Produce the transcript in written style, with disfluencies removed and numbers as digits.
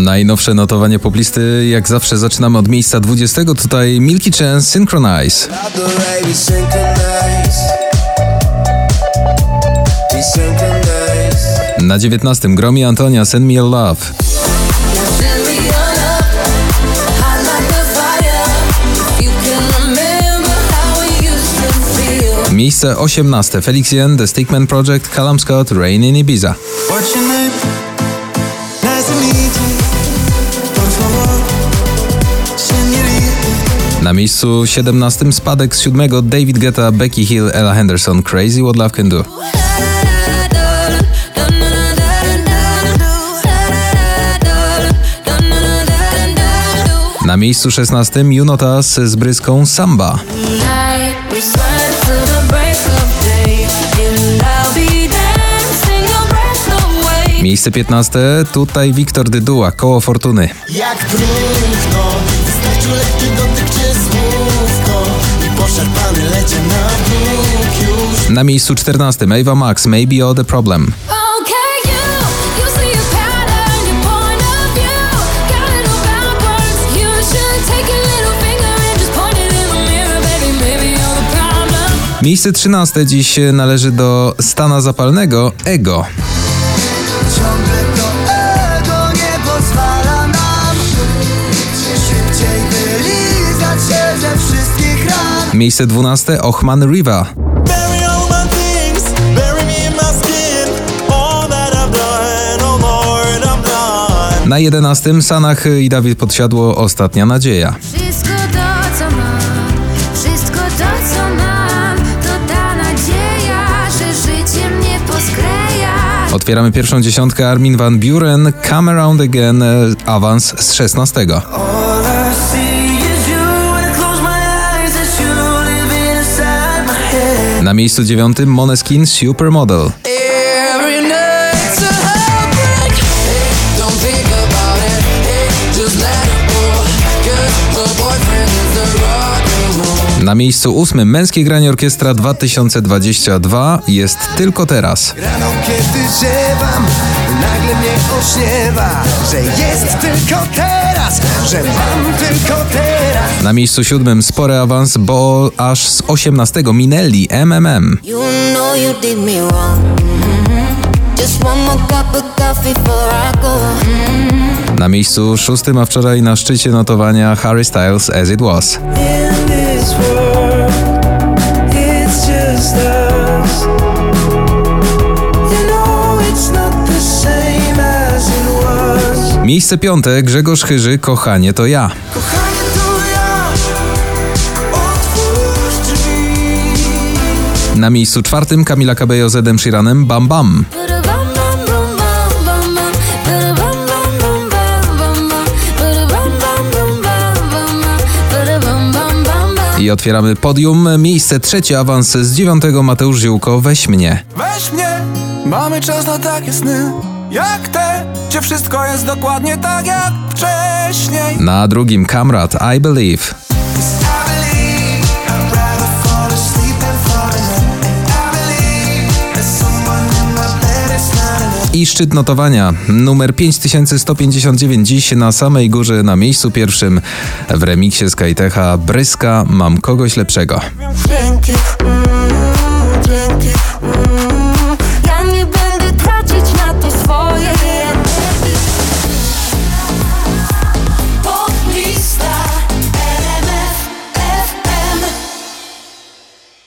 Najnowsze notowanie poplisty, jak zawsze zaczynamy od miejsca 20. Tutaj Milky Chance, Synchronize. Na 19. Gromi Antonia, Send Me Your Love. Miejsce 18. Felix Jen, The Stickman Project, Callum Scott, Rain in Ibiza. Na miejscu 17. Spadek z 7. David Guetta, Becky Hill, Ella Henderson, Crazy What Love Can Do. Na miejscu 16. You Not Us z Bryską, Samba. Miejsce 15. Tutaj Wiktor Dyduła, Koło Fortuny. Jak trudno, wystarczy lekki dotyk czy słówko i poszarpany lecie na bruk już. Na miejscu 14. Ava Max, Maybe You're the Problem. Miejsce 13 dziś należy do Stana Zapalnego, Ego. Ciągle to ego nie pozwala nam szybciej wylizać się ze wszystkich ran. Miejsce 12 Ochman Riva. Na 11 Sanach i Dawid Podsiadło, Ostatnia Nadzieja. Wszystko to co mam, wszystko to co mam, to ta nadzieja, że życie mnie poskleja. Otwieramy pierwszą dziesiątkę. Armin van Buuren, Come Around Again, awans z 16. Na miejscu 9 Måneskin, Supermodel. Na miejscu 8 Męskie Granie Orkiestra 2022 jest Tylko Teraz. Rano kiedy ziewam, nagle mnie ośniewa, że jest tylko teraz, że mam tylko teraz. Na miejscu 7 spory awans, bo aż z 18 Minelli, MMM. You know you did me wrong. Just one more cup of coffee before I go. Na miejscu 6, a wczoraj na szczycie notowania Harry Styles, As It Was. Miejsce 5 Grzegorz Chyży, Kochanie to ja. Na miejscu 4 Camila Cabello z Edem Sheeranem, Bam Bam. I otwieramy podium. Miejsce 3, awans z 9 Mateusz Ziółko, Weź mnie. Weź mnie, mamy czas na takie sny jak te, gdzie wszystko jest dokładnie tak jak wcześniej. Na drugim Kamrat, I Believe. I szczyt notowania, numer 5159 dziś na samej górze, na miejscu pierwszym w remiksie Skytecha, Bryska, Mam kogoś lepszego.